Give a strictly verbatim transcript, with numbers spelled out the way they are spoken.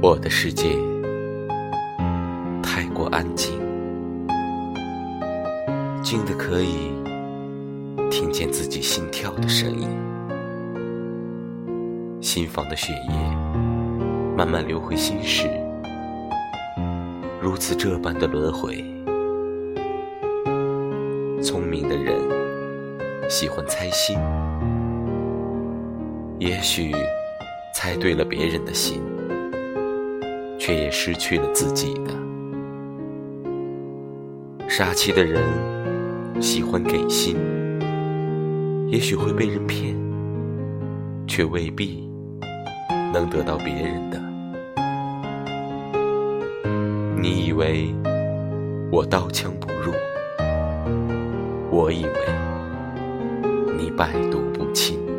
我的世界太过安静，静得可以听见自己心跳的声音，心房的血液慢慢流回心室，如此这般的轮回。聪明的人喜欢猜心，也许猜对了别人的心，却也失去了自己的。傻气的人喜欢给心，也许会被人骗，却未必能得到别人的。你以为我刀枪不入，我以为你百毒不侵。